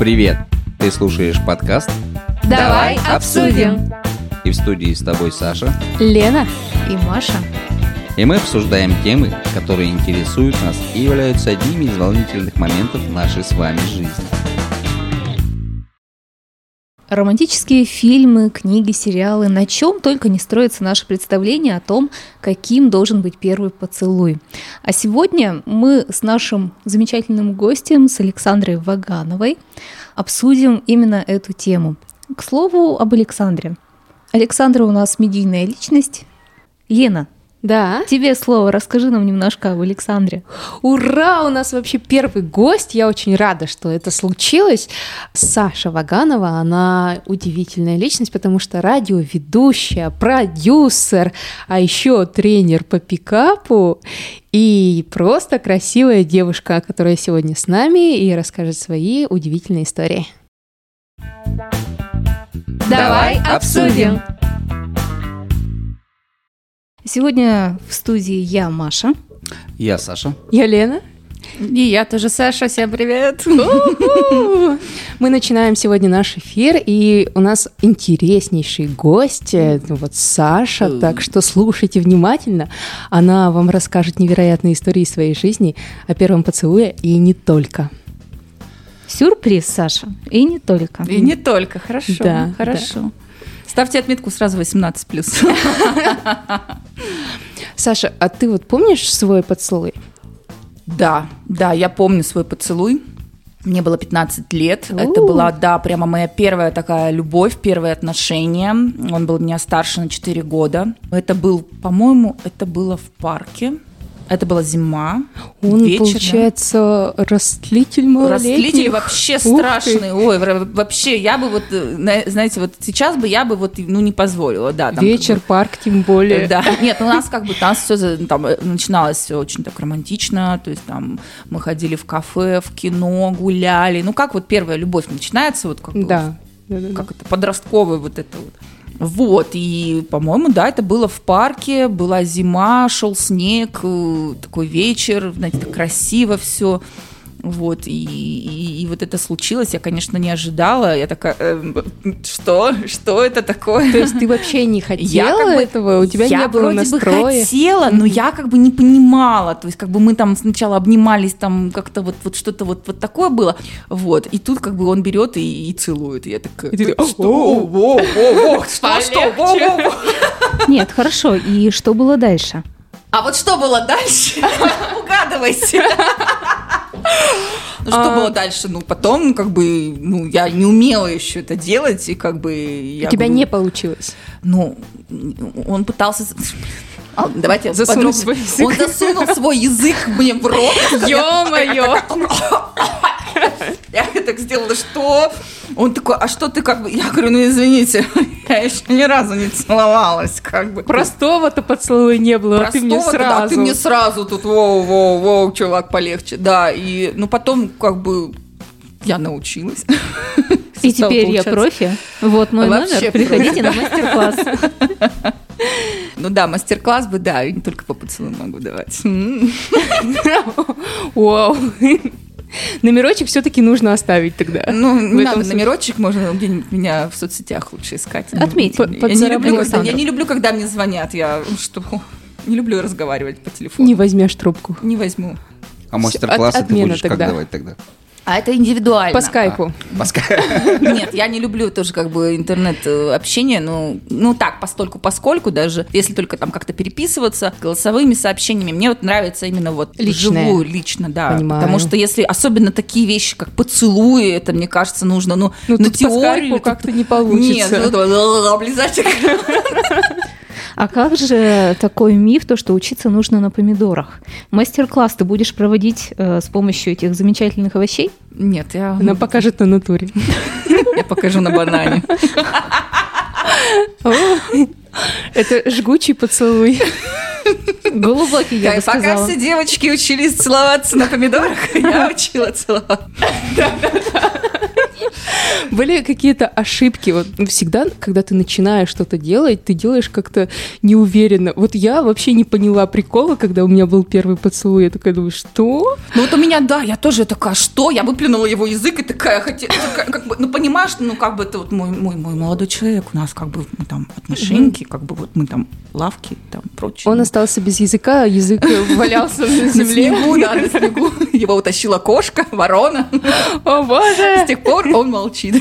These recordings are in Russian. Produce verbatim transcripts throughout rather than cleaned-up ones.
Привет! Ты слушаешь подкаст «Давай обсудим». И в студии с тобой Саша, Лена и Маша. И мы обсуждаем темы, которые интересуют нас и являются одними из волнительных моментов нашей с вами жизни. Романтические фильмы, книги, сериалы, на чем только не строится наше представление о том, каким должен быть первый поцелуй. А сегодня мы с нашим замечательным гостем, с Александрой Вагановой, обсудим именно эту тему. К слову об Александре. Александра у нас медийная личность. Лена, да. Тебе слово, расскажи нам немножко об Александре. Ура, у нас вообще первый гость, я очень рада, что это случилось. Саша Ваганова, она удивительная личность, потому что радиоведущая, продюсер, а еще тренер по пикапу и просто красивая девушка, которая сегодня с нами и расскажет свои удивительные истории. Давай обсудим! Сегодня в студии я, Маша. Я Саша. Я Лена. И я тоже Саша. Всем привет! Мы начинаем сегодня наш эфир, и у нас интереснейший гость, вот Саша, так что слушайте внимательно. Она вам расскажет невероятные истории своей жизни о первом поцелуе и не только. Сюрприз, Саша, и не только. И не только, хорошо, да, хорошо. Да. Ставьте отметку сразу восемнадцать плюс. Саша, а ты вот помнишь свой поцелуй? Да, да, я помню свой поцелуй. Мне было пятнадцать лет. У-у-у. Это была, да, прямо моя первая такая любовь, первые отношения. Он был меня старше на четыре года. Это был, по-моему, это было в парке. Это была зима. Он, вечер, получается, да? растлитель малолетних. Растлитель вообще Ух страшный. ты. Ой, вообще, я бы вот, знаете, вот сейчас бы я бы вот, ну, не позволила, да. Там вечер, как бы, парк, тем более. Да, нет, у нас как бы там все там начиналось все очень так романтично, то есть там мы ходили в кафе, в кино, гуляли. Ну, как вот первая любовь начинается, вот как бы, да. Да, да, как да. это, подростковая вот это вот. Вот, и, по-моему, да, это было в парке, была зима, шел снег, такой вечер, знаете, так красиво все. Вот, и, и, и вот это случилось, я, конечно, не ожидала, я такая, э, что, что это такое? То есть ты вообще не хотела я, как бы, этого, у тебя я не было вроде настроя? бы хотела, но я как бы не понимала, то есть как бы мы там сначала обнимались, там как-то вот, вот что-то вот, вот такое было, вот, и тут как бы он берет и, и целует, и я такая, и что, во, во, во, что, что, во, во, во. Нет, хорошо, и что было дальше? А вот что было дальше? Угадывайте. Ну, что было дальше? Ну, потом, как бы, ну, я не умела еще это делать, и как бы... У тебя не получилось? Ну, он пытался... Давайте засунуть свой язык. Он засунул свой язык мне в рот. Ё-моё! Я так сделала, что? Он такой, а что ты как бы... Я говорю, ну, извините, я еще ни разу не целовалась, как бы. Простого-то поцелуя не было, а ты мне сразу... Да, ты мне сразу тут, воу-воу-воу, чувак, полегче. Да, и, ну, потом, как бы, я научилась. И теперь я профи. Вот мой номер, приходите на мастер-класс. Ну да, мастер-класс бы, да, и не только по поцелую могу давать. Вау. Номерочек все-таки нужно оставить тогда. Ну, не надо номерочек, можно где-нибудь меня в соцсетях лучше искать. Отметь. Я не люблю, когда, я не люблю, когда мне звонят. Я что, не люблю разговаривать по телефону. Не возьмешь трубку. Не возьму. А мастер-классы ты будешь как давать тогда? А это индивидуально. По скайпу. А, по скайпу. Нет, я не люблю тоже как бы интернет-общение, ну, ну так, постольку поскольку даже, если только там как-то переписываться голосовыми сообщениями. Мне вот нравится именно вот личное. Вживую, лично, да. Понимаю. Потому что если, особенно такие вещи, как поцелуи, это, мне кажется, нужно, ну, ну на тут теорию. По скайпу как-то не получится. Нет, ну, облизать экран. А как же такой миф, то, что учиться нужно на помидорах? Мастер-класс ты будешь проводить э, с помощью этих замечательных овощей? Нет, я... Она покажет на натуре. Я покажу на банане. Это жгучий поцелуй. Глубокий, я бы сказала. Пока все девочки учились целоваться на помидорах, я учила целоваться. Были какие-то ошибки? Вот всегда, когда ты начинаешь что-то делать, ты делаешь как-то неуверенно. Вот я вообще не поняла прикола, когда у меня был первый поцелуй. Я такая думаю, что? Ну вот у меня, да, я тоже такая, что? Я выплюнула его язык и такая, хотела, такая, как бы, ну понимаешь, ну как бы это вот мой, мой, мой молодой человек, у нас как бы мы там отношеньки, mm-hmm. как бы вот мы там лавки, там прочее. Он остался без языка, язык валялся на земле. На снегу, да, на снегу. Его утащила кошка, ворона. О, боже! С тех пор он молчит.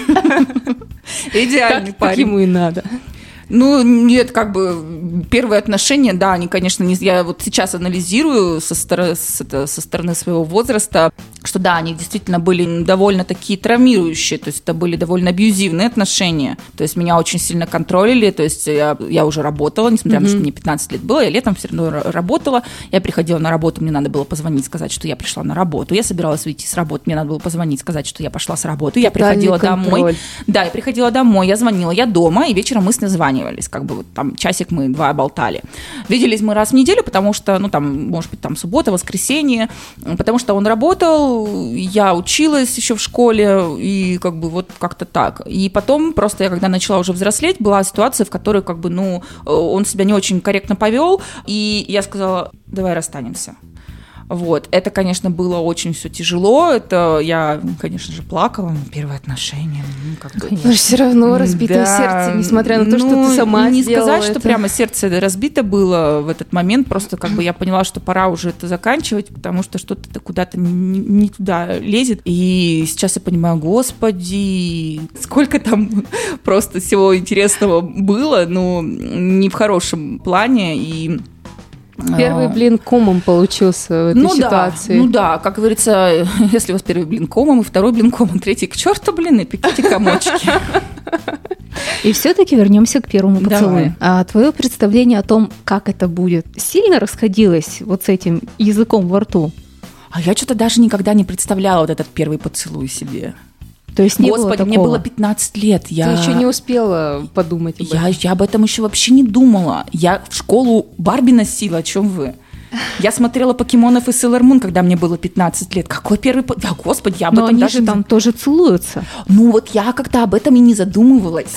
Идеальный парень. Так ему и надо. Ну, нет, как бы первые отношения, да, они, конечно, не... Я вот сейчас анализирую со, стор... с, это, со стороны своего возраста, что да, они действительно были довольно такие травмирующие, то есть это были довольно абьюзивные отношения, то есть меня очень сильно контролили, то есть я, я уже работала, несмотря mm-hmm. на то, что мне пятнадцать лет было, я летом все равно работала, я приходила на работу, мне надо было позвонить, сказать, что я пришла на работу, я собиралась выйти с работы, мне надо было позвонить, сказать, что я пошла с работы, я приходила домой, да, я приходила домой, я звонила, я дома, и вечером мы с ней звонили. Как бы вот там часик мы два болтали. Виделись мы раз в неделю, потому что, ну там, может быть, там суббота, воскресенье, потому что он работал, я училась еще в школе, и как бы вот как-то так. И потом просто я, когда начала уже взрослеть, была ситуация, в которой как бы, ну, он себя не очень корректно повел, и я сказала, давай расстанемся. Вот, это, конечно, было очень все тяжело, это я, конечно же, плакала, первые отношения. Ну, как бы, но все равно разбитое да, сердце, несмотря на то, ну, что ты сама не сделала сказать, это. Что прямо сердце разбито было в этот момент, просто как бы я поняла, что пора уже это заканчивать, потому что что-то куда-то не, не туда лезет, и сейчас я понимаю, господи, сколько там просто всего интересного было, ну, не в хорошем плане, и... Первый блин комом получился в этой ну ситуации. Да, ну да, как говорится, если у вас первый блин комом, и второй блин комом, третий к черту, блин, и пеките комочки. И все-таки вернемся к первому поцелую. А твое представление о том, как это будет, сильно расходилось вот с этим языком во рту? А я что-то даже никогда не представляла вот этот первый поцелуй себе. То есть не Господи, было мне было пятнадцать лет. Я... Ты еще не успела подумать об этом? Я, я об этом еще вообще не думала. Я в школу Барби носила, о чем вы? Я смотрела покемонов и Sailor Moon, когда мне было пятнадцать лет. Какой первый... Да, господи, я об Но этом они даже... же там тоже целуются. Ну вот я как-то об этом и не задумывалась.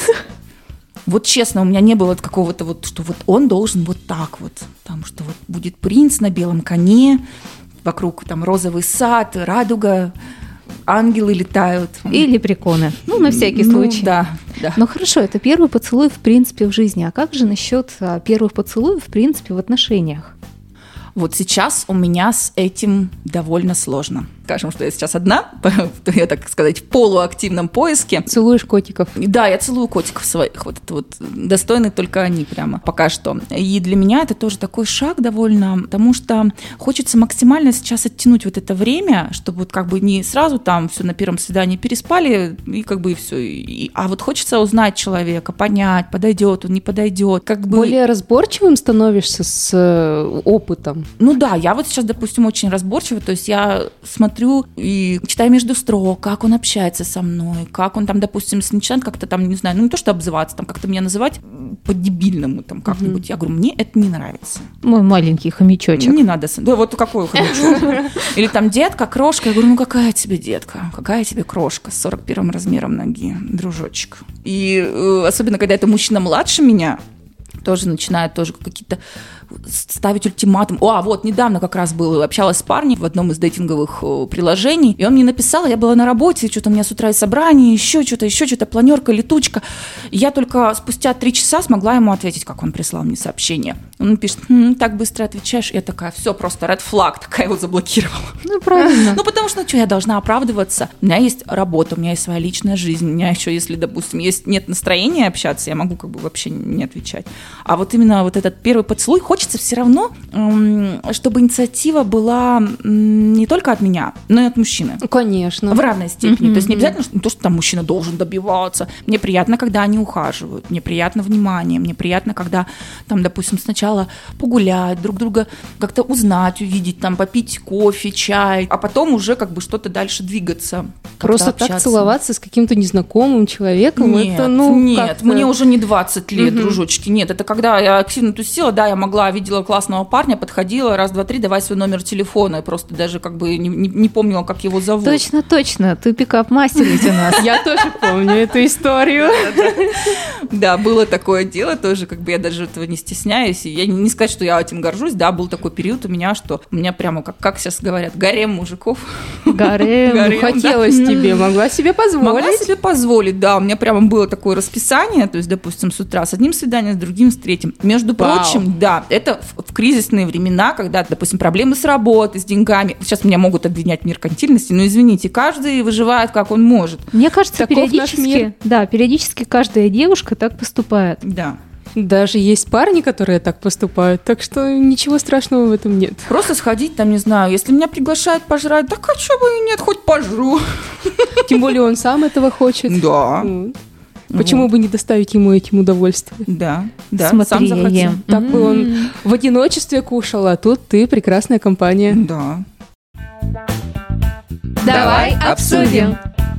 Вот честно, у меня не было какого-то вот, что вот он должен вот так вот, там, что вот будет принц на белом коне, вокруг там розовый сад, радуга, ангелы летают. И лепреконы. Ну, на всякий ну, случай. Да, да. Ну, хорошо, это первый поцелуй, в принципе, в жизни. А как же насчет первых поцелуев, в принципе, в отношениях? Вот сейчас у меня с этим довольно сложно. Скажем, что я сейчас одна, я, так сказать, в полуактивном поиске. Целуешь котиков? Да, я целую котиков своих. Вот это вот достойны только они прямо пока что. И для меня это тоже такой шаг довольно, потому что хочется максимально сейчас оттянуть вот это время, чтобы вот как бы не сразу там все на первом свидании переспали и как бы и все. И, а вот хочется узнать человека, понять, подойдет он, не подойдет. Как бы... Более разборчивым становишься с опытом? Ну да, я вот сейчас, допустим, очень разборчива, то есть я смотрю и читаю между строк, как он общается со мной, как он там, допустим, начинает как-то там, не знаю, ну не то, что обзываться, там как-то меня называть по-дебильному там как-нибудь. Mm-hmm. Я говорю, мне это не нравится. Мой маленький хомячочек. Не надо, да вот какой хомячок. Или там детка, крошка. Я говорю, ну какая тебе детка, какая тебе крошка с сорок первым размером ноги, дружочек. И э, особенно, когда это мужчина младше меня, тоже начинает тоже какие-то ставить ультиматум. О, а вот недавно как раз было, общалась с парнем в одном из дейтинговых приложений, и он мне написал, я была на работе, что-то у меня с утра и собрание, еще что-то, еще что-то, планерка, летучка. И я только спустя три часа смогла ему ответить, как он прислал мне сообщение. Он пишет, хм, так быстро отвечаешь. Я такая, все, просто red flag, такая его заблокировала. Ну, правильно. Ну, потому что, что я должна оправдываться? У меня есть работа, у меня есть своя личная жизнь, у меня еще, если, допустим, есть, нет настроения общаться, я могу как бы вообще не отвечать. А вот именно вот этот первый поцелуй, хочется все равно, чтобы инициатива была не только от меня, но и от мужчины. Конечно. В равной степени. Mm-hmm. То есть не обязательно что, то, что там мужчина должен добиваться. Мне приятно, когда они ухаживают, мне приятно внимание, мне приятно, когда там, допустим, сначала погулять, друг друга как-то узнать, увидеть, там, попить кофе, чай, а потом уже как бы что-то дальше двигаться. Просто общаться. Так целоваться с каким-то незнакомым человеком, нет, это, ну, нет, как-то... мне уже не двадцать лет, mm-hmm. дружочки, нет, это это когда я активно тусила, да, я могла, видела классного парня, подходила, раз, два, три, давай свой номер телефона, я просто даже как бы не, не, не помнила, как его зовут. Точно, точно, ты пикап-мастер ведь у нас. Я тоже помню эту историю. Да, было такое дело тоже, как бы я даже этого не стесняюсь, и я не сказать, что я этим горжусь, да, был такой период у меня, что у меня прямо, как, как сейчас говорят, гарем мужиков. Гарем. Гарем, да. Хотелось тебе, могла себе позволить. Могла себе позволить, да, у меня прямо было такое расписание, то есть, допустим, с утра с одним свиданием, с другим, с третьим. Между Вау. прочим, да, это в, в кризисные времена, когда, допустим, проблемы с работой, с деньгами, сейчас меня могут обвинять в меркантильности, но извините, каждый выживает, как он может. Мне кажется, Таков наш периодически, мир. да, периодически каждая девушка так поступает. Да. Даже есть парни, которые так поступают, так что ничего страшного в этом нет. Просто сходить там, не знаю, если меня приглашают пожрать, так а чё бы и нет, хоть пожру. Тем более он сам этого хочет. Да. Вот. Почему бы не доставить ему этим удовольствие? Да, да, Смотри, сам захотел. ем. Так бы он в одиночестве кушал, а тут ты прекрасная компания. Да. Давай обсудим.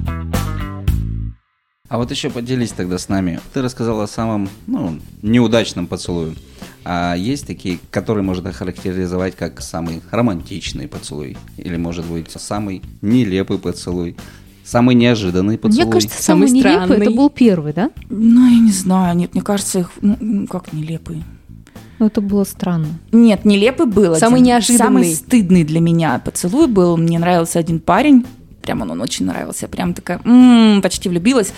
А А вот еще поделись тогда с нами. Ты рассказала о самом, ну, неудачном поцелуе. А есть такие, которые можно охарактеризовать как самый романтичный поцелуй? Или, может быть, самый нелепый поцелуй? Самый неожиданный поцелуй? Мне кажется, самый, Самый нелепый странный. это был первый, да? Ну, я не знаю, нет, мне кажется, их, ну, как нелепые. Ну, это было странно. Нет, нелепый был Самый один. неожиданный. Самый стыдный для меня поцелуй был. Мне нравился один парень. Прям он, он очень нравился. Прям такая, м-м, почти влюбилась.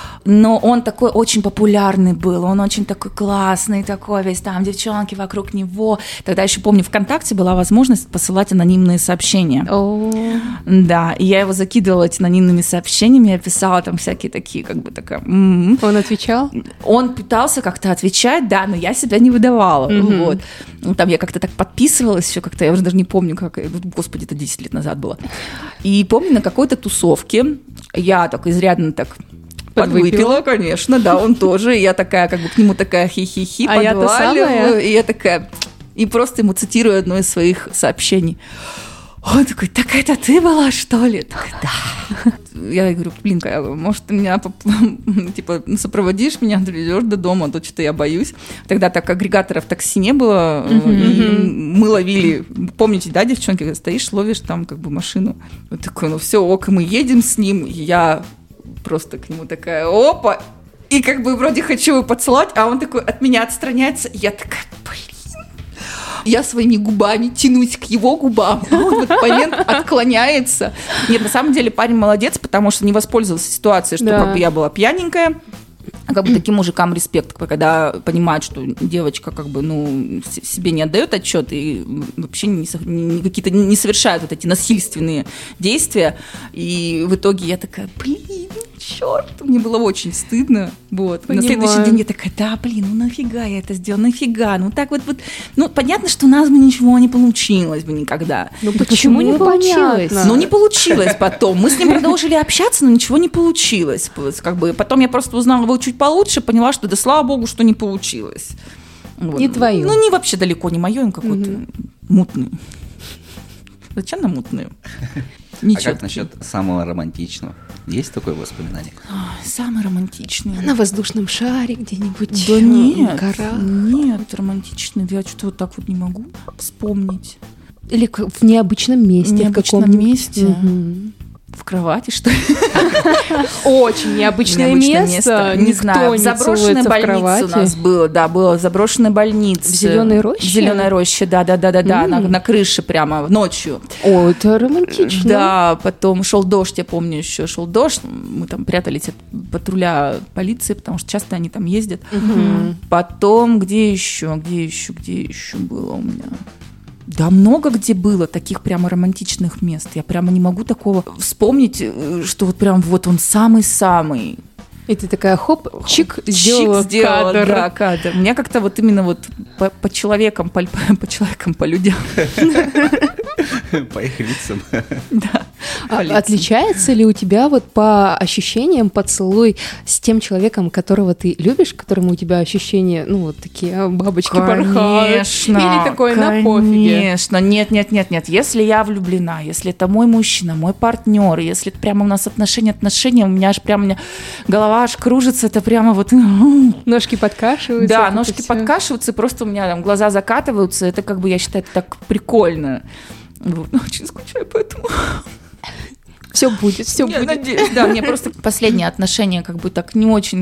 Но он такой очень популярный был, он очень такой классный, такой весь там, девчонки вокруг него. Тогда еще помню, ВКонтакте была возможность посылать анонимные сообщения. О, Да, и я его закидывала этими анонимными сообщениями, я писала там всякие такие, как бы такая... м-м. Он отвечал? Он пытался как-то отвечать, да, но я себя не выдавала. Мгм. Вот. Ну, там я как-то так подписывалась, еще как-то, я уже даже не помню, как, господи, это десять лет назад было. И помню, на какой-то тусовке я так изрядно так... Подвыпила. Подвыпила, конечно, да, он тоже. И я такая, как бы к нему такая хи-хи-хи, А я-то подваливаю. самая. И я такая... И просто ему цитирую одно из своих сообщений. Он такой, так это ты была, что ли? Так, да. Я говорю, блин, Кая, может, ты меня, типа, сопроводишь меня, довезешь до дома, а то что-то я боюсь. Тогда так агрегаторов такси не было, и мы ловили, помните, да, девчонки, когда стоишь, ловишь там как бы машину. Вот такой, ну все, ок, и мы едем с ним, и я просто к нему такая, опа, и как бы вроде хочу его поцеловать, а он такой от меня отстраняется, и я такая, блин. Я своими губами тянусь к его губам, а он в этот момент отклоняется. Нет, на самом деле парень молодец, потому что не воспользовался ситуацией, что Да. как бы я была пьяненькая. А как бы таким мужикам респект, когда понимают, что девочка как бы, ну, с- себе не отдает отчет и вообще не, со- не- какие-то не совершают вот эти насильственные действия. И в итоге я такая, блин, черт, мне было очень стыдно. Вот. На Понимаю. следующий день я такая, да, блин, ну нафига я это сделала, нафига? Ну так вот, вот, ну понятно, что у нас бы ничего не получилось бы никогда. Ну почему не получилось? понятно. Ну, не получилось потом. Мы с ним продолжили общаться, но ничего не получилось. Вот, как бы, потом я просто узнала его чуть получше, поняла, что да слава богу, что не получилось. Вот. Не твоё. Ну, не вообще далеко не мое, он какой-то мутный. Зачем нам мутную? А Ничего. как насчет самого романтичного? Есть такое воспоминание? Самый романтичный. На воздушном шаре где-нибудь. Да э, нет, Гора. нет, романтичный. Я что-то вот так вот не могу вспомнить. Или к- в необычном месте. В необычном каком-нибудь. месте? Мгм. В кровати, что ли? Очень необычное, Необычное место. Не Никто знаю. В не заброшенной целуется в больнице кровати. у нас было, да, было в заброшенной больнице. В Зелёной роще? В Зеленой роще, да, да, да, да, да, М. на, на крыше прямо ночью. О, это романтично. Да, потом шел дождь, я помню еще шел дождь, мы там прятались от патруля полиции, потому что часто они там ездят. Мгм. Потом где еще, где еще, где еще было у меня? Да, много где было таких прямо романтичных мест. Я прямо не могу такого вспомнить, э, что вот прям вот он самый-самый. И ты такая, хоп, чик, Чик сделала сделала, кадр. да, кадр. У меня как-то вот именно вот по, по человекам, по, по человекам, по людям. По их лицам. Да. А отличается ли у тебя вот по ощущениям поцелуй с тем человеком, которого ты любишь, которому у тебя ощущения, ну, вот такие бабочки порхают? Конечно. Или такое на пофиге? Конечно. Нет, нет, нет, нет. Если я влюблена, если это мой мужчина, мой партнер, если это прямо у нас отношения, отношения, у меня аж прямо у меня голова аж кружится, это прямо вот... Ножки подкашиваются. Да, ножки подкашиваются, и просто у меня там глаза закатываются. Это как бы, я считаю, это так прикольно. Вот. Очень скучаю по этому. Все будет, все Я будет. надеюсь, да, мне просто последние отношения как бы так не очень,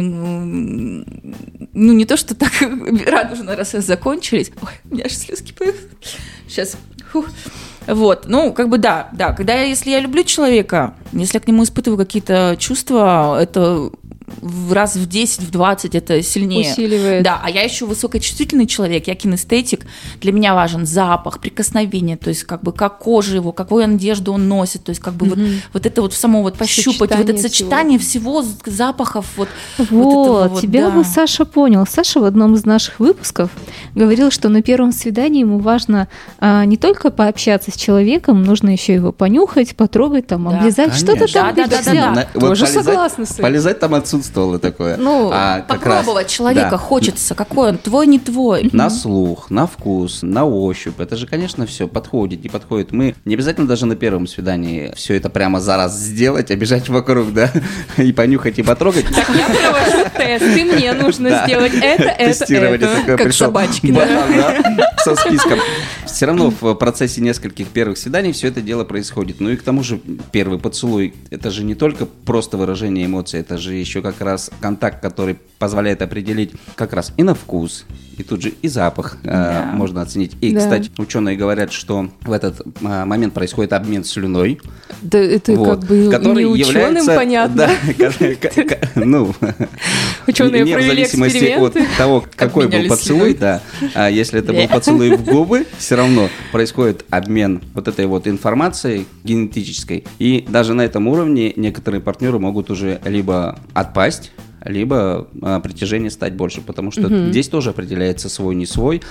ну не то, что так радужно раз закончились. Ой, у меня аж слезки появились. Сейчас. Фух. Вот, ну, как бы да, да, когда я, если я люблю человека, если я к нему испытываю какие-то чувства, это в раз в десять, в двадцать это сильнее. Усиливает. Да, а я еще высокочувствительный человек, я кинестетик, для меня важен запах, прикосновение, то есть как бы как кожа его, какую одежду он носит, то есть как бы вот, вот это вот само вот пощупать, вот это сочетание всего, всего запахов. Вот, вот, вот, вот тебя да. бы Саша понял. Саша в одном из наших выпусков говорил, что на первом свидании ему важно а, не только пообщаться с человеком, нужно еще его понюхать, потрогать, там, да, облизать, что-то там. Да, да, да, да, да. Вот тоже полезать, согласна с этим. Полезать там отсутствовало такое. Ну, а попробовать раз, человека да. хочется, какой он, твой, не твой. На слух, на вкус, на ощупь. Это же, конечно, все подходит, не подходит. Мы не обязательно даже на первом свидании все это прямо за раз сделать, обижать вокруг, да, и понюхать, и потрогать. Так, я провожу тест, и мне нужно сделать это, это, Тестирование это. такое Как пришел. собачки, да, со списком. Все равно в процессе нескольких первых свиданий все это дело происходит. Ну и к тому же первый поцелуй, это же не только просто выражение эмоций, это же еще как раз контакт, который позволяет определить как раз и на вкус, и тут же и запах Да. э, можно оценить. И, Да. кстати, ученые говорят, что в этот э, момент происходит обмен слюной. Да это вот, как бы который не ученым является, понятно. да, к- к- к- ну, Ученые не в провели зависимости от эксперименты. того, какой был Обменялись поцелуй, да, а если это был поцелуй в губы, все равно происходит обмен вот этой вот информацией генетической. И даже на этом уровне некоторые партнеры могут уже либо отпасть, либо а, притяжение стать больше, потому что Мгм. здесь тоже определяется свой, не свой.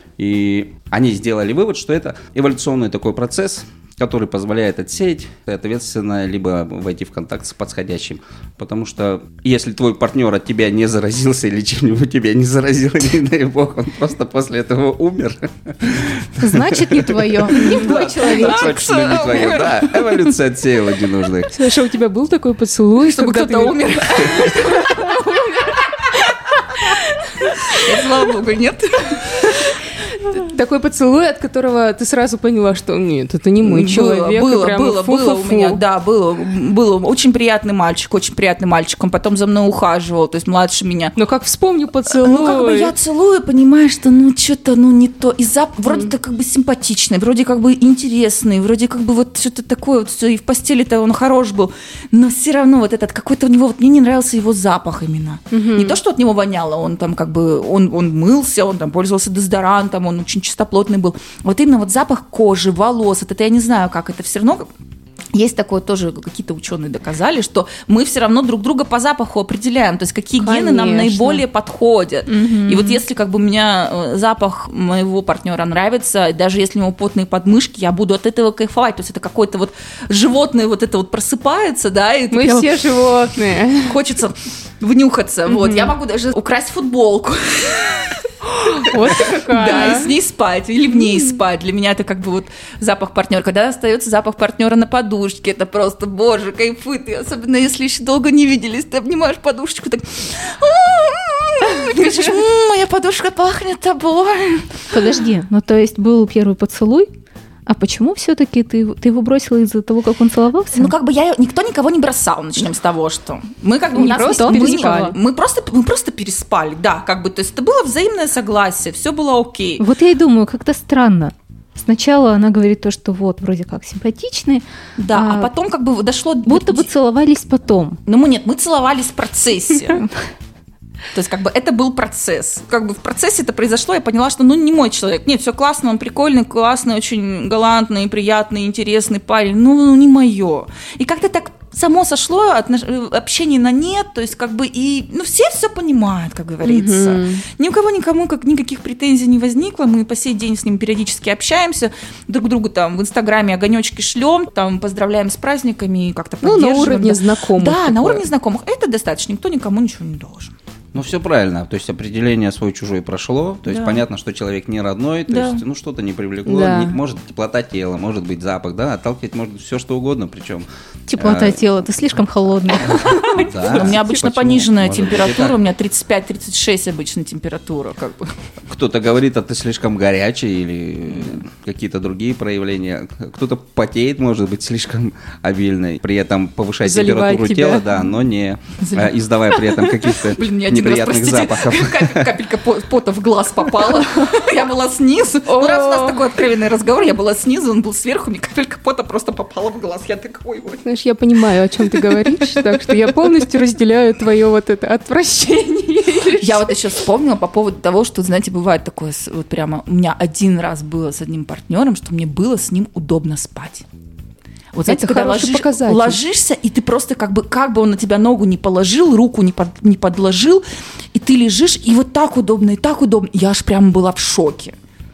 И они сделали вывод, что это эволюционный такой процесс, который позволяет отсеять, ответственно, либо войти в контакт с подходящим. Потому что если твой партнер от тебя не заразился или чем-нибудь тебя не заразил, не дай бог, он просто после этого умер. Значит, не твое, не твой человек. Точно не твое, да. Эволюция отсеяла ненужных. Саша, у тебя был такой поцелуй, Чтобы когда кто-то ты- умер. Слава богу, нет. Такой поцелуй, от которого ты сразу поняла, что нет, это не мой Было, человек. и было, прямо было, было у фу-фу-фу. меня, да, было, было. Очень приятный мальчик, очень приятный мальчик. Он потом за мной ухаживал, то есть младше меня. Но как вспомню поцелуй. Ну, как бы я целую, понимаешь, что ну что-то, ну не то. И зап... вроде-то как бы симпатичный, вроде как бы интересный, вроде как бы вот что-то такое, вот всё, и в постели-то он хорош был. Но все равно вот этот какой-то у него, вот мне не нравился его запах именно. Не то, что от него воняло, он там как бы, он, он мылся, он там пользовался дезодорантом, он очень чистоплотный был. Вот именно вот запах кожи, волос, вот это я не знаю, как это все равно... Есть такое тоже, какие-то ученые доказали, что мы все равно друг друга по запаху определяем, то есть какие гены нам Конечно. наиболее подходят. Мгм. И вот если как бы меня э, запах моего партнера нравится, даже если у него потные подмышки, я буду от этого кайфовать. То есть это какое-то вот животное вот это вот просыпается, да, и Мы прям все животные. хочется внюхаться. Вот, я могу даже украсть футболку. Вот ты какая. Да, и с ней спать, или в ней спать. Для меня это как бы вот запах партнера. Когда остается запах партнера на подушке, это просто, боже, кайфуй ты. Особенно если еще долго не виделись, ты обнимаешь подушечку, так... Кричишь, «М, моя подушка пахнет тобой. Подожди, ну то есть был первый поцелуй, а почему все-таки ты, ты его бросила из-за того, как он целовался? Ну, как бы я никто никого не бросал, начнем с того, что мы как бы у Не нас просто мы, переспали. мы просто мы просто переспали, да, как бы, то есть это было взаимное согласие, все было окей. Вот я и думаю, как-то странно. Сначала она говорит то, что вот, вроде как симпатичный, Да, а, а потом как бы дошло... будто бы целовались потом. Ну, мы нет, мы целовались в процессе. То есть, как бы, это был процесс. Как бы в процессе это произошло, я поняла, что, ну, не мой человек. Нет, все классно, он прикольный, классный, очень галантный, приятный, интересный парень. Ну, ну не мое. И как-то так само сошло, отнош... общение на нет, то есть как бы и, ну, все все понимают, как говорится. Mm-hmm. Ни у кого никому как, никаких претензий не возникло, мы по сей день с ним периодически общаемся, друг другу там в Инстаграме огонечки шлем, там поздравляем с праздниками, как-то поддерживаем. Ну, на уровне да. знакомых. Да, такое. на уровне знакомых. Это достаточно, никто никому ничего не должен. Ну, все правильно. То есть определение свой-чужой прошло. То есть да. понятно, что человек не родной. То да. есть, ну, что-то не привлекло. Да. Не, может теплота тела, может быть запах, да, отталкивать может все, что угодно, причем. Теплота а, тела, ты слишком холодный. Да, у меня обычно почему? пониженная Может быть, температура, это- у меня тридцать пять тридцать шесть обычно температура, как бы. Кто-то говорит, а ты слишком горячий или какие-то другие проявления. Кто-то потеет, может быть, слишком обильный. При этом повышает Заливает температуру тебя. тела, да, но не Заливает. а, издавая при этом каких-то Блин, мне один раз, неприятных простите, запахов. капель- капелька по- пота в глаз попала. Я была снизу. Ну, раз у нас такой откровенный разговор, я была снизу, он был сверху, мне капелька пота просто попала в глаз. Я такая, ой, ой. Знаешь, я понимаю, о чем ты говоришь, так что я полностью разделяю твое вот это отвращение. Я вот еще вспомнила по поводу того, что, знаете, бывает такое, с- вот прямо у меня один раз было с одним партнером, что мне было с ним удобно спать. Вот знаете, Это когда хороший ложишь- показатель. ложишься, и ты просто как бы, как бы он на тебя ногу не положил, руку не, под- не подложил, и ты лежишь, и вот так удобно, и так удобно. Я аж прям была в шоке.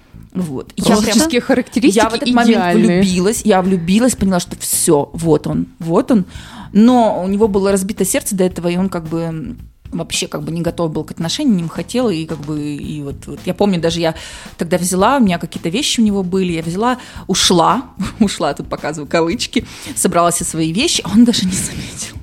Вот. Я прям- Физические характеристики я в этот момент идеальные. влюбилась, я влюбилась, поняла, что все, вот он, вот он. Но у него было разбито сердце до этого, и он как бы м, вообще как бы не готов был к отношениям, не хотел, и как бы, и вот, вот. Я помню, даже я тогда взяла, у меня какие-то вещи у него были, я взяла, ушла, ушла, тут показываю кавычки, собрала все свои вещи, он даже не заметил.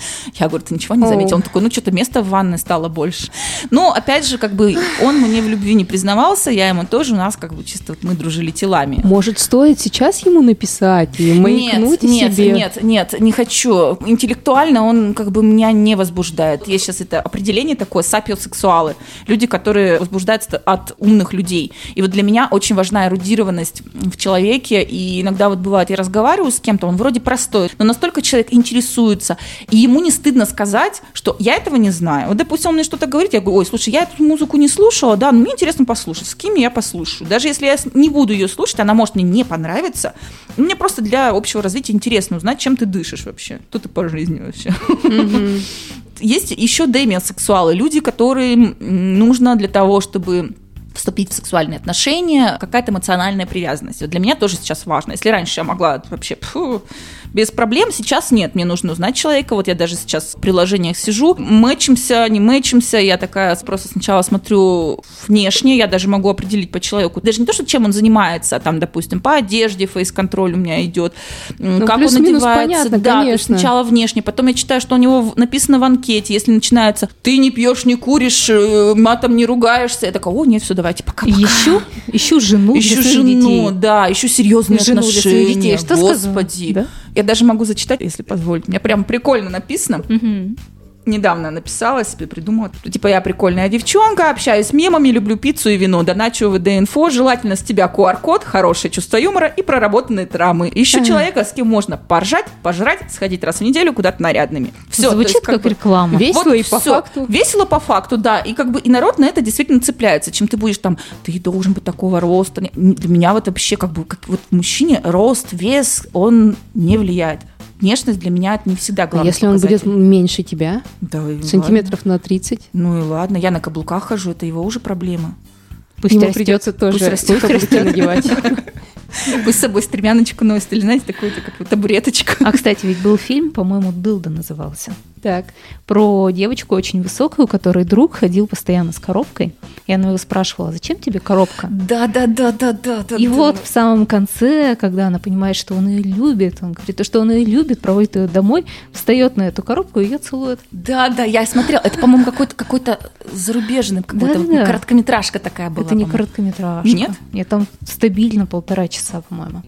Я говорю, ты ничего не заметил? Он такой, ну что-то места в ванной стало больше. Но опять же, как бы он мне в любви не признавался, я ему тоже, у нас как бы чисто вот мы дружили телами. Может, стоит сейчас ему написать и маякнуть нет, себе? Нет, нет, нет, не хочу. Интеллектуально он как бы меня не возбуждает. Есть сейчас это определение такое, сапиосексуалы. Люди, которые возбуждаются от умных людей. И вот для меня очень важна эрудированность в человеке. И иногда вот бывает, я разговариваю с кем-то, он вроде простой, но настолько человек интересуется, и ему не стыдно сказать, что я этого не знаю. Вот, допустим, он мне что-то говорит, я говорю, ой, слушай, я эту музыку не слушала, да, но мне интересно послушать, с кем я послушаю. Даже если я не буду ее слушать, она может мне не понравиться, мне просто для общего развития интересно узнать, чем ты дышишь вообще, кто ты по жизни вообще. Мгм. Есть еще демиосексуалы, люди, которым нужно для того, чтобы вступить в сексуальные отношения, какая-то эмоциональная привязанность. Вот для меня тоже сейчас важно. Если раньше я могла вообще фу, без проблем, сейчас нет. Мне нужно узнать человека. Вот я даже сейчас в приложениях сижу, мэчимся, не мэчимся. Я такая просто сначала смотрю внешне, я даже могу определить по человеку. Даже не то, что чем он занимается, а там, допустим, по одежде, фейс-контроль у меня идет, Ну, как он плюс-минус одевается. понятно, да, то есть конечно. сначала внешне, потом я читаю, что у него в- написано в анкете. Если начинается, ты не пьешь, не куришь, э, матом не ругаешься, я такая, о, нет, все, давайте пока. Ищу, ищу жену для Ищу своих жену, детей. да, ищу серьезные Жену для отношения. своих детей. Что сказала? Господи. Да? Я даже могу зачитать, если позволите. У меня прям прикольно написано. Мгм. Недавно написала себе, придумала. Типа, я прикольная девчонка, общаюсь с мемами, люблю пиццу и вино, доначу в ВД-инфо, желательно с тебя ку ар код, хорошее чувство юмора и проработанные травмы. Ищу Ага. человека, с кем можно поржать, пожрать, сходить раз в неделю куда-то нарядными. Все, Звучит как, реклама. Весело и по всё. факту. Весело по факту, да. И как бы и народ на это действительно цепляется. Чем ты будешь там, ты должен быть такого роста. Для меня вот вообще как бы, как вот мужчине рост, вес, он не влияет. Внешность для меня это не всегда А главный если он будет показатель. меньше тебя, Да, и ладно. сантиметров на тридцать, Ну и ладно, я на каблуках хожу, это его уже проблема. Пусть ему растет. придется тоже Пусть растет. каблуки надевать. Пусть с собой стремяночку носит, или, знаете, такую-то как табуреточку. А, кстати, ведь был фильм, по-моему, «Дылда» назывался. Так, Про девочку очень высокую, у которой друг ходил постоянно с коробкой. И она его спрашивала, зачем тебе коробка? Да, да, да, да, да, да. И да. вот в самом конце, когда она понимает, что он ее любит, он говорит, то, что он ее любит, проводит ее домой, встает на эту коробку и ее целует. Да, да, я смотрела. Это, по-моему, какой-то какой-то зарубежный, какой-то Да-да-да. короткометражка такая была. Это не по-моему. короткометражка. Нет? Нет, там стабильно полтора часа, по-моему.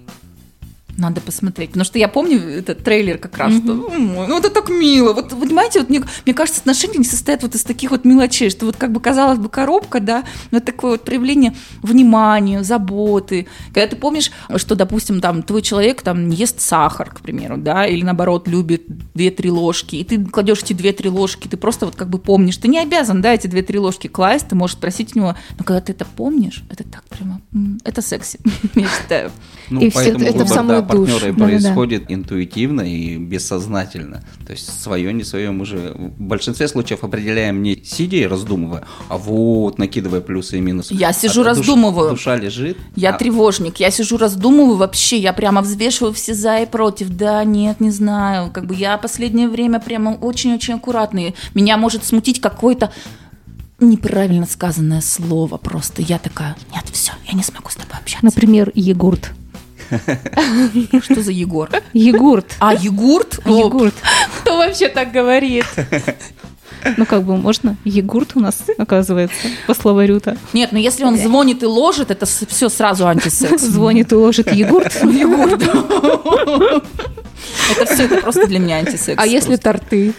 Надо посмотреть, потому что я помню этот трейлер как раз, что, «М, ну это так мило, вот вы понимаете, вот мне, мне кажется, отношения не состоят вот из таких вот мелочей, что вот как бы казалось бы коробка, да, но это такое вот проявление внимания, заботы, когда ты помнишь, что, допустим, там твой человек там не ест сахар, к примеру, да, или наоборот любит две-три ложки, и ты кладешь эти две-три ложки, ты просто вот как бы помнишь, ты не обязан, да, эти две-три ложки класть, ты можешь спросить у него, но когда ты это помнишь, это так прямо, м, это секси, я считаю. Ну, И поэтому это- это в выбор, самую да, душу. партнера и Да-да-да. происходит интуитивно и бессознательно. То есть свое, не свое мы же в большинстве случаев определяем не сидя и раздумывая, а вот накидывая плюсы и минусы. Я сижу, А душ- раздумываю. Душа лежит. Я а тревожник, я сижу, раздумываю вообще, я прямо взвешиваю все за и против, да, нет, не знаю, как бы я последнее время прямо очень-очень аккуратный, меня может смутить какое-то неправильно сказанное слово просто, я такая, нет, все, я не смогу с тобой общаться. Например, йогурт. Что за Егор? Йогурт. А, Егурт? О, Йогурт. Кто вообще так говорит? Ну, как бы можно. Йогурт у нас, оказывается, по словарю-то. Нет, ну если он звонит и ложит, это все сразу антисекс. Звонит и ложит йогурт. Егор, да. Это все, это просто для меня антисекс. А если просто. торты?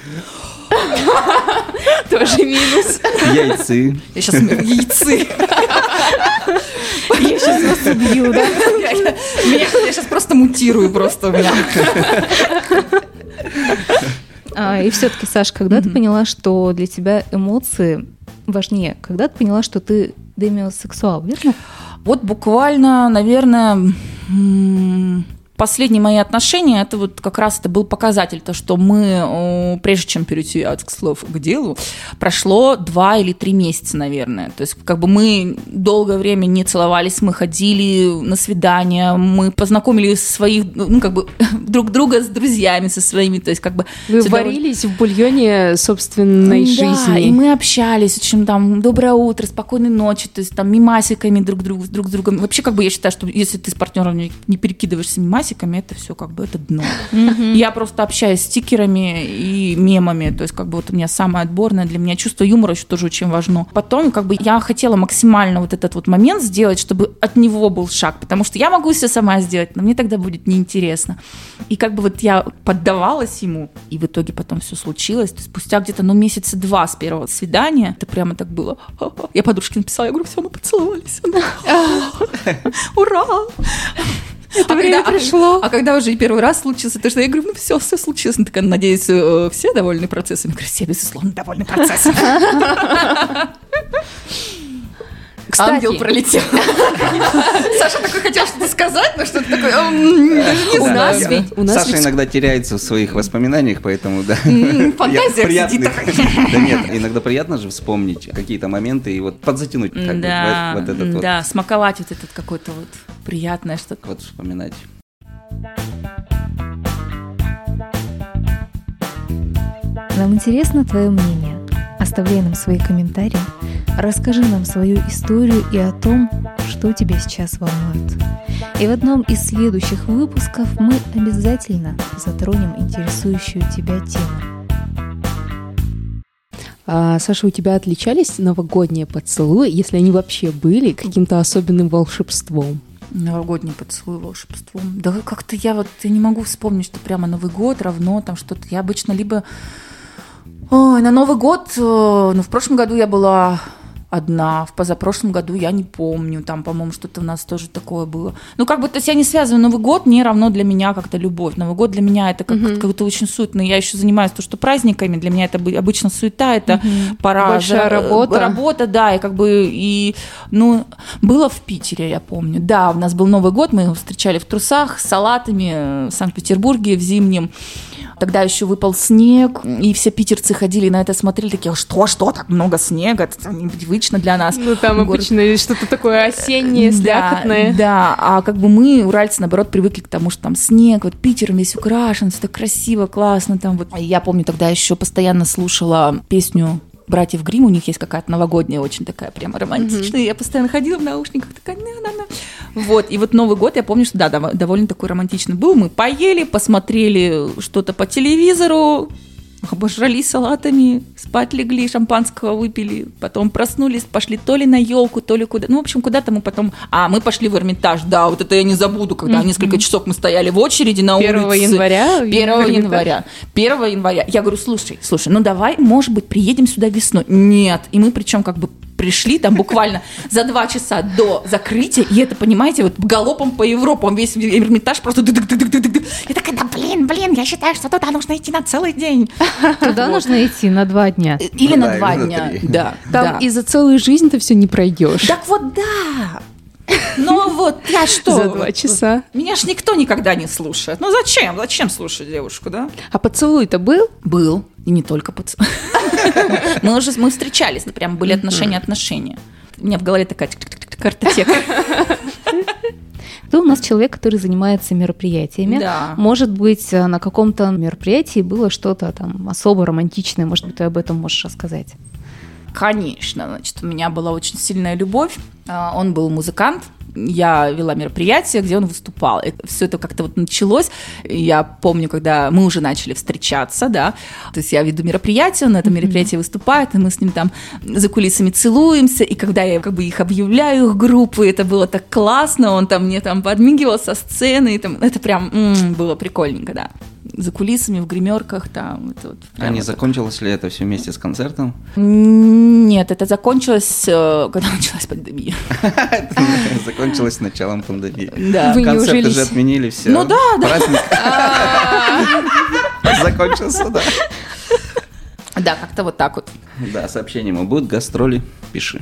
Тоже минус. яйцы. Я сейчас яйцы. Я сейчас вас убью, да? Я, я- меня- я сейчас просто мутирую просто у меня. А, и все-таки, Саш, когда ты поняла, что для тебя эмоции важнее? Когда ты поняла, что ты демиосексуал, верно? Вот буквально, наверное, м, последние мои отношения, это вот как раз это был показатель, то, что мы, о, прежде чем перейти от слов к делу, прошло два или три месяца, наверное. То есть как бы мы долгое время не целовались, мы ходили на свидания, мы познакомили своих, ну, как бы друг друга с друзьями, со своими, то есть как бы... Вы всё довольно- варились в бульоне собственной Да, жизни. и мы общались, очень там доброе утро, спокойной ночи, то есть там мимасиками друг другу, друг с другом. Вообще, как бы я считаю, что если ты с партнером не, не перекидываешься мимасиками, это все как бы это дно. Я просто общаюсь с стикерами и мемами, то есть как бы вот у меня самое отборное для меня чувство юмора еще тоже очень важно. Потом как бы я хотела максимально вот этот вот момент сделать, чтобы от него был шаг, потому что я могу все сама сделать, но мне тогда будет неинтересно. И как бы вот я поддавалась ему, и в итоге потом все случилось. То есть спустя где-то, ну, месяца два с первого свидания, это прямо так было. Я подружке написала, я говорю, все, мы поцеловались. Ура! Это время когда- пришло. А когда уже и первый раз случился, то что я говорю, ну все, все случилось. Она такая, надеюсь, э, все довольны процессом? Я говорю, все, безусловно, довольны процессом. Кстати, Ангел пролетел. Саша такой хотел что-то сказать, но что-то такое, м, даже не у знаю. нас ведь... У нас Саша ведь иногда теряется в своих воспоминаниях, поэтому да. М, фантазия Приятно- сидит Да нет, иногда приятно же вспомнить какие-то моменты и вот подзатянуть как бы Да, вот вот этот вот да, смаковать вот этот какой-то вот приятное что-то. вот вспоминать. Нам интересно твое мнение. Оставляй нам свои комментарии. Расскажи нам свою историю и о том, что тебя сейчас волнует. И в одном из следующих выпусков мы обязательно затронем интересующую тебя тему. А, Саша, у тебя отличались новогодние поцелуи, если они вообще были, каким-то особенным волшебством? Новогодний поцелуй волшебством. Да как-то я вот я не могу вспомнить, что прямо Новый год равно там что-то. Я обычно либо... Ой, на Новый год, э, ну, в прошлом году я была одна, в позапрошлом году я не помню, там, по-моему, что-то у нас тоже такое было. Ну, как бы, то есть я не связываю, Новый год не равно для меня как-то любовь. Новый год для меня это как, Мгм. как-то очень суетно. Я еще занимаюсь то, что праздниками, для меня это бы- обычно суета, это пора... Большая за- работа. Работа, да, и как бы, и, ну, было в Питере, я помню. Да, у нас был Новый год, мы его встречали в трусах, с салатами э, в Санкт-Петербурге в зимнем. Тогда еще выпал снег, и все питерцы ходили на это смотрели, такие, что, что, так много снега, это непривычно для нас. Ну, там Город- обычно что-то такое осеннее, слякотное. Да, да, а как бы мы, уральцы, наоборот, привыкли к тому, что там снег, вот Питер весь украшен, все так красиво, классно там вот. Я помню, тогда еще постоянно слушала песню братьев Гримм, у них есть какая-то новогодняя, очень такая прямо романтичная. Я постоянно ходила в наушниках, такая, на-на-на. Вот, и вот Новый год, я помню, что да, дов- довольно такой романтичный был. Мы поели, посмотрели что-то по телевизору, обожрались салатами, спать легли, шампанского выпили, потом проснулись, пошли то ли на елку, то ли куда. Ну, в общем, куда-то мы потом... А, мы пошли в Эрмитаж, да, вот это я не забуду, когда несколько часов мы стояли в очереди на улице. Первого января? Первого января. Первого января. Я говорю, слушай, слушай, ну давай, может быть, приедем сюда весной. Нет. И мы причем как бы пришли там буквально за два часа до закрытия, и это, понимаете, вот галопом по Европе, он весь Эрмитаж просто... дык-дык-дык-дык-дык. Я такая, да блин, блин, я считаю, что туда нужно идти на целый день. Туда нужно идти на два дня. Или Ну на да, два или на дня. три. Да, Там да. и за целую жизнь ты все не пройдешь. Так вот, да. вот, я что? За два часа. Меня ж никто никогда не слушает. Ну зачем? Зачем слушать девушку, да? А поцелуй-то был? Был. И не только поцелуй. Мы уже мы встречались, прям были отношения-отношения. У меня в голове такая картотека. Ты у нас человек, который занимается мероприятиями. Да. Может быть, на каком-то мероприятии было что-то там особо романтичное. Может быть, ты об этом можешь рассказать? Конечно. Значит, у меня была очень сильная любовь. Он был музыкант. Я вела мероприятие, где он выступал. Это, все это как-то вот началось. Я помню, когда мы уже начали встречаться, да, то есть я веду мероприятие, он на этом мероприятии выступает, и мы с ним там за кулисами целуемся, и когда я как бы их объявляю, их группы, это было так классно, он там мне там подмигивал со сцены, и там, это прям м-м, было прикольненько, да. За кулисами, в гримерках там. Это вот, а не вот закончилось ли это все вместе с концертом? Нет, это закончилось, когда началась пандемия. Закончилось с началом пандемии. Да. Вы не Концерты ужились? же отменили, все. Ну да, да. Праздник закончился, да. Да, как-то вот так вот. Да, сообщение ему будут гастроли, пиши.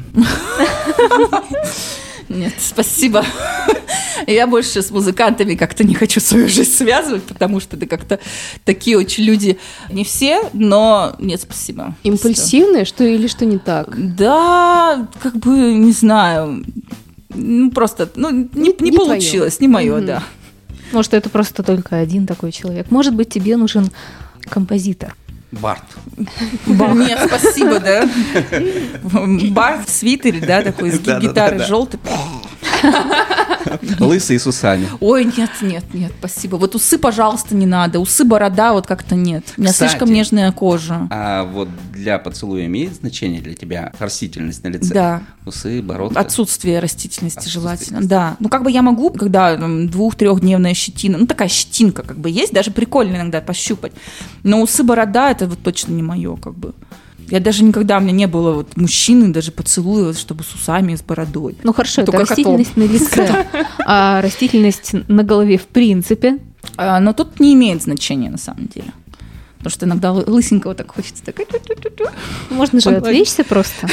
Нет, спасибо. Я больше с музыкантами как-то не хочу свою жизнь связывать, потому что это как-то такие очень люди, не все, но нет, спасибо. Импульсивное, что или что не так? Да, как бы, не знаю, ну просто, ну, не, не, Не- не получилось, не мое, Мгм. да. Может, это просто только один такой человек. Может быть, тебе нужен композитор. Барт. Нет, спасибо, да. Бар в свитере, да, такой, с Да, да, гитарой да, да. желтой. Лысый с усами. Ой, нет, нет, нет, спасибо. Вот усы, пожалуйста, не надо. Усы, борода, вот как-то нет. У меня Кстати. слишком нежная кожа. А вот для поцелуя имеет значение для тебя растительность на лице? Да. Усы, бородка? Отсутствие растительности Отсутствие желательно. растительности. Да. Ну, как бы я могу, когда там, двух-трехдневная щетина, ну, такая щетинка как бы есть, даже прикольно иногда пощупать. Но усы, борода, это вот точно не мое, как бы. Я даже никогда, у меня не было вот мужчины, даже поцелуя, вот, чтобы с усами и с бородой. Ну хорошо, Только это растительность на лице, а растительность на голове в принципе. А, но тут не имеет значения на самом деле. Потому что иногда лы- лысенького так хочется. Так... Можно же Погладить. отвлечься просто.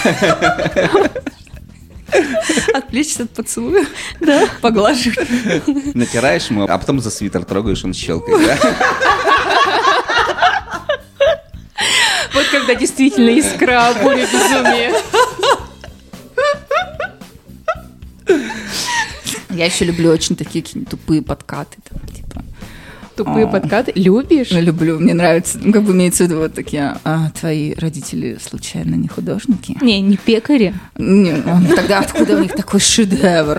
Отвлечься от поцелуя. Да. Поглаживать. Натираешь ему, а потом за свитер трогаешь, он щелкает, да? Вот когда действительно искра, буря, безумие. Я еще люблю очень такие какие-нибудь тупые подкаты. Там, типа. Тупые О. подкаты. Любишь? Я люблю, мне нравится. Ну, как бы имеется в виду вот такие, а твои родители случайно не художники? Не, не пекари. Не, ну, тогда откуда у них такой шедевр?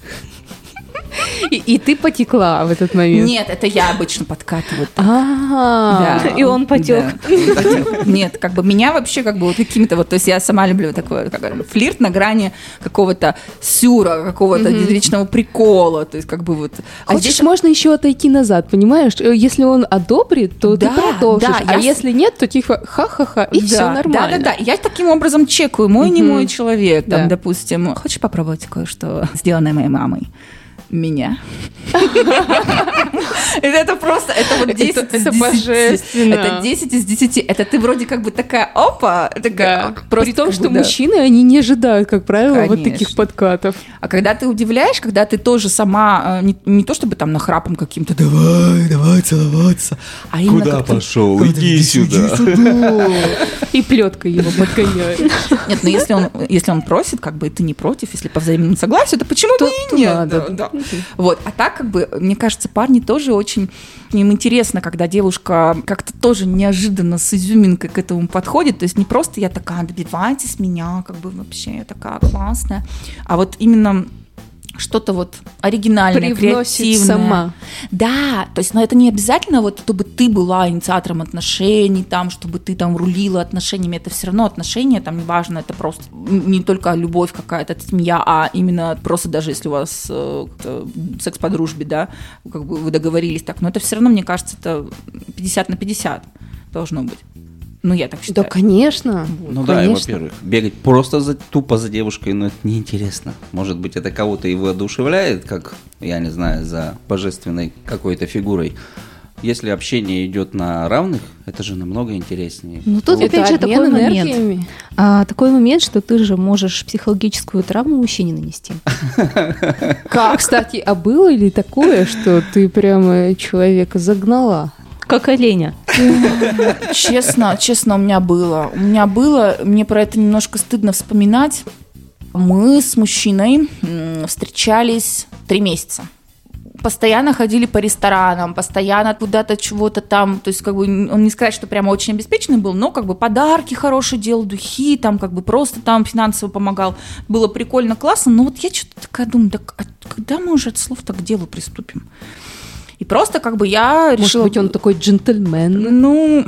И, и ты потекла в этот момент? Нет, это я обычно подкатываю. А, Да. И он потек. Да, потек. Нет, как бы меня вообще как бы вот какими-то вот, то есть я сама люблю такой как говорят, флирт на грани какого-то сюра, какого-то вечного прикола, то есть как бы вот. А Хочешь, здесь можно еще отойти назад, понимаешь? Если он одобрит, то Да, ты продолжишь. да, а я с- если нет, то тихо ха-ха-ха, и да, все нормально. Да, да, да. Я таким образом чекаю, мой не Мгм. мой человек. Там, Да. допустим, хочешь попробовать кое-что, сделанное моей мамой? Меня. Это просто, это вот десять Это- из это десяти. божественно. Это десять из десяти. Это ты вроде как бы такая, опа, такая, Да. просто При том, как что бы, да. мужчины, они не ожидают, как правило, вот Конечно. таких подкатов. А когда ты удивляешь, когда ты тоже сама, э, не, не то чтобы там нахрапом каким-то, давай, давай целоваться, а именно Куда как-то- пошел? Куда Иди сюда. И плеткой его подгоняют. Нет, но если он, если он просит, как бы и ты не против, если по взаимному согласию, то почему бы и то нет? надо. Да, да. Вот, а так как бы, мне кажется, парни тоже очень, им интересно, когда девушка как-то тоже неожиданно с изюминкой к этому подходит, то есть не просто я такая, добивайтесь меня, как бы вообще я такая классная, а вот именно что-то вот оригинальное, Привносит креативное. сама. Да, то есть, но это не обязательно вот, чтобы ты была инициатором отношений, там, чтобы ты там рулила отношениями, это все равно отношения, там, неважно, это просто не только любовь какая-то, семья, а именно просто даже если у вас э, секс по дружбе, да, как бы вы договорились так, но это все равно, мне кажется, это пятьдесят на пятьдесят должно быть. Ну, я так Да, считаю. конечно. Ну да, и, конечно. во-первых, бегать просто за, тупо за девушкой, ну это неинтересно. Может быть, это кого-то и воодушевляет, как, я не знаю, за божественной какой-то фигурой. если общение идет на равных, это же намного интереснее. Ну тут Это опять же такой обмен момент. энергиями. А, такой момент, что ты же можешь психологическую травму мужчине нанести. Как, кстати, а было ли такое, что ты прямо человека загнала? Как оленя. Честно, честно, у меня было. У меня было, мне про это немножко стыдно вспоминать. Мы с мужчиной м, встречались три месяца. Постоянно ходили по ресторанам, постоянно куда-то чего-то там. То есть, как бы, он не сказать, что прямо очень обеспеченный был, но как бы подарки хорошие делал, духи, там как бы просто там финансово помогал. Было прикольно, классно. Но вот я что-то такая думаю, так а когда мы уже от слов-то к делу приступим? И просто как бы я решила... Может быть, он такой джентльмен, Ну...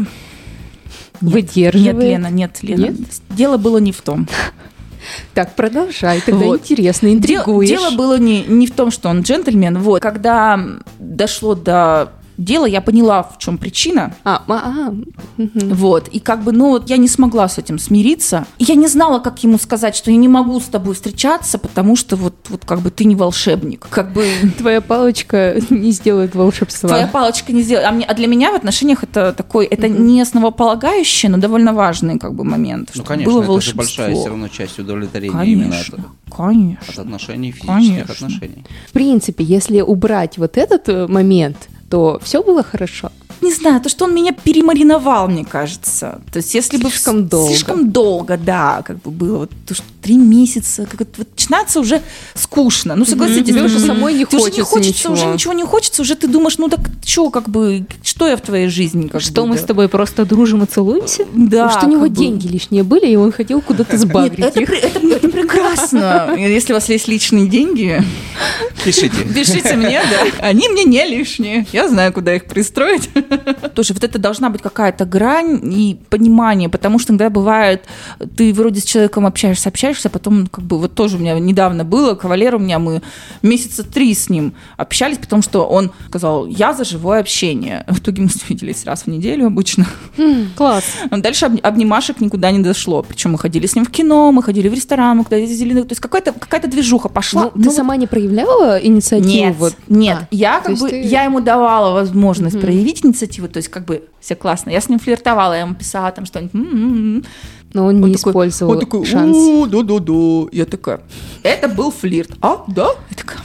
выдерживает? Нет, Лена, нет, Лена. Нет? Дело было не в том. Так, продолжай, тогда Вот. интересно, Дело, интригуешь. дело было не, не в том, что он джентльмен. Вот. Когда дошло до дела, я поняла, в чем причина. А, а, а, мгм. Вот. И как бы, ну, вот я не смогла с этим смириться. И я не знала, как ему сказать, что я не могу с тобой встречаться, потому что вот, вот как бы ты не волшебник. Как бы Твоя палочка не сделает волшебства. твоя палочка не сделает. А, мне- а для меня в отношениях это такой, это не основополагающий, но довольно важный как бы момент. Ну, чтобы конечно, было это же волшебство. большая все равно часть удовлетворения именно от, Конечно, конечно. от отношений, физических Конечно. отношений. В принципе, если убрать вот этот э, момент, то все было хорошо. Не знаю, то, что он меня перемариновал, мне кажется. То есть, если бы... Слишком долго. Слишком долго, да, как бы было. Вот, то, что три месяца, как это, вот начинается уже скучно. Ну, согласитесь. Тебе ты уже уже- самой не ты уже не хочется хочется, уже ничего. ничего не хочется, уже ты думаешь, ну, так что, как бы, что я в твоей жизни? Как Что бы, мы да. с тобой просто дружим и целуемся? Да, Может, у него как бы. деньги лишние были, и он хотел куда-то сбагрить Нет, это, их. пре- это, это прекрасно. Если у вас есть личные деньги, Пишите. пишите мне, да. Они мне не лишние. Я знаю, куда их пристроить. Тоже вот это должна быть какая-то грань и понимание, потому что иногда бывает, ты вроде с человеком общаешься, общаешься, а потом как бы вот тоже у меня недавно было, кавалер у меня, мы месяца три с ним общались, потому что он сказал, я за живое общение. В итоге мы виделись раз в неделю обычно. Класс. Дальше об- обнимашек никуда не дошло. Причем мы ходили с ним в кино, мы ходили в ресторан, мы куда-то ездили. То есть какая-то, какая-то движуха пошла. Ну, ты сама не проявляла инициативу? Нет, вот? нет. А, я то как есть бы, ты- я ему давала возможность Мгм. проявить инициативу, то есть как бы все классно. Я с ним флиртовала, я ему писала там что-нибудь. м-м-м. Но он Он не такой- использовал он такой, шанс. «О, да-да-да». Я такая, это был флирт. А, да? Я такая,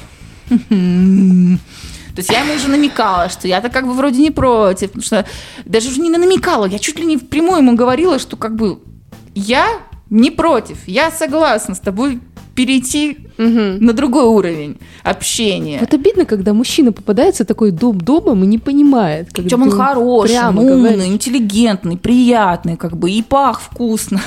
«Мгм». То есть я ему уже намекала, что я-то как бы вроде не против, потому что даже уже не намекала, я чуть ли не впрямую ему говорила, что как бы я не против, я согласна с тобой перейти Мгм. на другой уровень общения. Вот обидно, когда мужчина попадается такой дом-домом и не понимает. Когда Причем он ты хороший, прямо умный, говоришь. интеллигентный, приятный, как бы, и пах вкусно.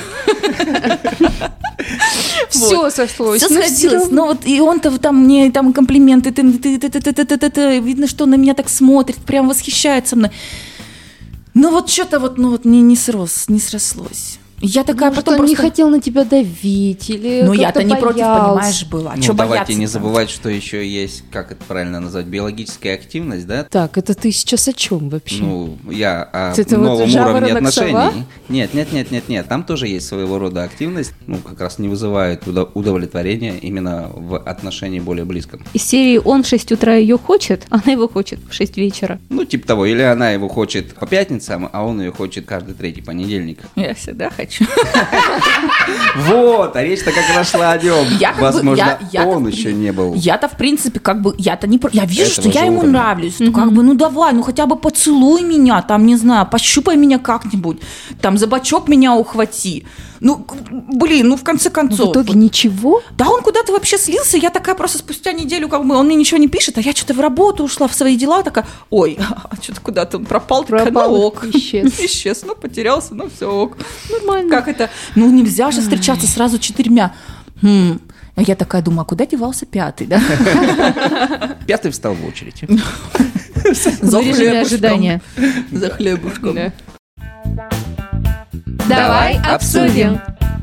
Все сошлось. Все но всё сходилось. равно. Но вот и он-то там мне там комплименты, ты, ты, ты, ты, ты, ты, ты, ты, ты. Видно, что он на меня так смотрит, прям восхищается мной. Но вот что-то вот, ну вот не, не срос, не срослось. Я такая Может, потом он не просто... хотел на тебя давить или Ну, как-то я-то не против, боялся. понимаешь, была. Ну, Чё давайте бояться-то? не забывать, что еще есть, как это правильно назвать, биологическая активность, да? Так, это ты сейчас о чем вообще? Ну, я о Это вот новом уровне жаворонок отношений. сова? Нет, нет, нет, нет, нет. Там тоже есть своего рода активность, ну, как раз не вызывает удо- удовлетворения именно в отношении более близком. Из серии «Он в шесть утра ее хочет», она его хочет в шесть вечера. Ну, типа того, или она его хочет по пятницам, а он ее хочет каждый третий понедельник. Я всегда хочу. Вот, а речь-то как раз шла о нем. Я как бы- Возможно, я- я-то он в еще при- не был. Я-то, в принципе, как бы, я-то не... про- Я вижу, Этого что я же ему уровня. нравлюсь. Ну, как бы, ну, давай, ну, хотя бы поцелуй меня, там, не знаю, пощупай меня как-нибудь, там, за бочок меня ухвати. Ну, к- блин, ну, в конце Ну, концов. в итоге ничего? Да он куда-то вообще слился, я такая просто спустя неделю, как бы, он мне ничего не пишет, а я что-то в работу ушла, в свои дела, такая, ой, а что-то куда-то он пропал, такая, Пропал, ну, ок. исчез. Исчез, ну, потерялся, ну, все ок. Нормально. Как это? Ну, нельзя же встречаться сразу четырьмя. Хм. А я такая думаю, а куда девался пятый, да? Пятый встал в очередь. За В режиме хлебушком. ожидания. За хлебушком. Да. Давай обсудим.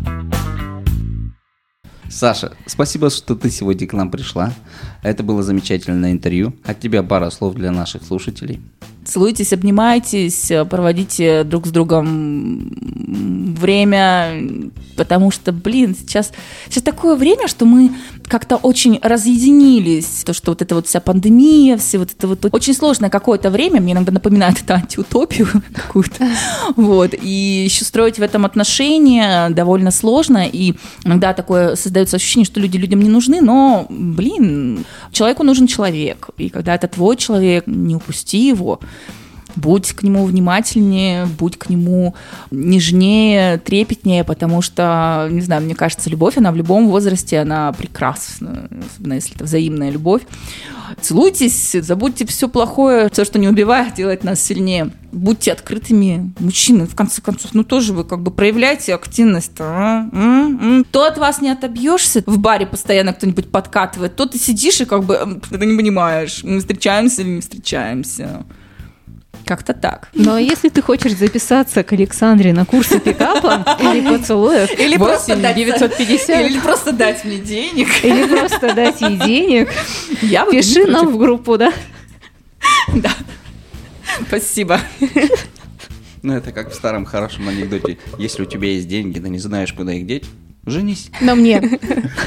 Саша, спасибо, что ты сегодня к нам пришла. Это было замечательное интервью. От тебя пара слов для наших слушателей. Целуйтесь, обнимайтесь, проводите друг с другом время, потому что, блин, сейчас, сейчас такое время, что мы как-то очень разъединились. То, что вот эта вот вся пандемия, все вот это вот очень сложное какое-то время, мне иногда напоминает это антиутопию какую-то. Вот. И еще строить в этом отношения довольно сложно, и иногда такое создается ощущение, что люди людям не нужны, но, блин, человеку нужен человек. И когда это твой человек, не упусти его. Будь к нему внимательнее, будь к нему нежнее, трепетнее, потому что, не знаю, мне кажется, любовь, она в любом возрасте, она прекрасна, особенно если это взаимная любовь. Целуйтесь, забудьте все плохое, все, что не убивает, делает нас сильнее. Будьте открытыми мужчины, в конце концов, ну тоже вы как бы проявляйте активность. А? М-м-м. То от вас не отобьешься, в баре постоянно кто-нибудь подкатывает, то ты сидишь и как бы ты не понимаешь, мы встречаемся или не встречаемся. Как-то так. Но если ты хочешь записаться к Александре на курсы пикапа или поцелуев, или просто дать девятьсот пятьдесят, или просто дать мне денег, или просто дать ей денег, я пиши нам в группу, да? Да. Спасибо. Ну, это как в старом хорошем анекдоте. Если у тебя есть деньги, да не знаешь, куда их деть, женись. Но мне.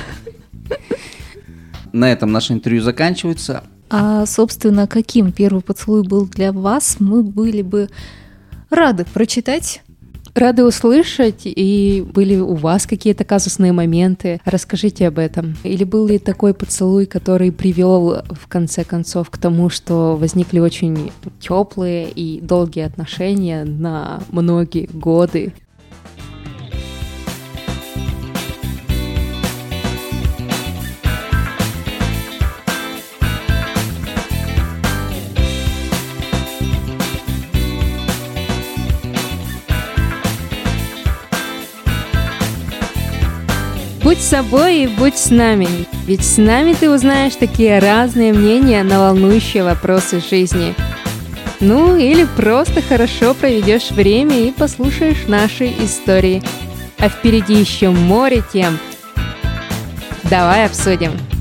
На этом наше интервью заканчивается. А, собственно, каким первый поцелуй был для вас, мы были бы рады прочитать. Рады услышать, и были у вас какие-то казусные моменты. Расскажите об этом. Или был ли такой поцелуй, который привел в конце концов к тому, что возникли очень теплые и долгие отношения на многие годы? Будь собой и будь с нами, ведь с нами ты узнаешь такие разные мнения на волнующие вопросы жизни. Ну или просто хорошо проведешь время и послушаешь наши истории. А впереди еще море тем. Давай обсудим.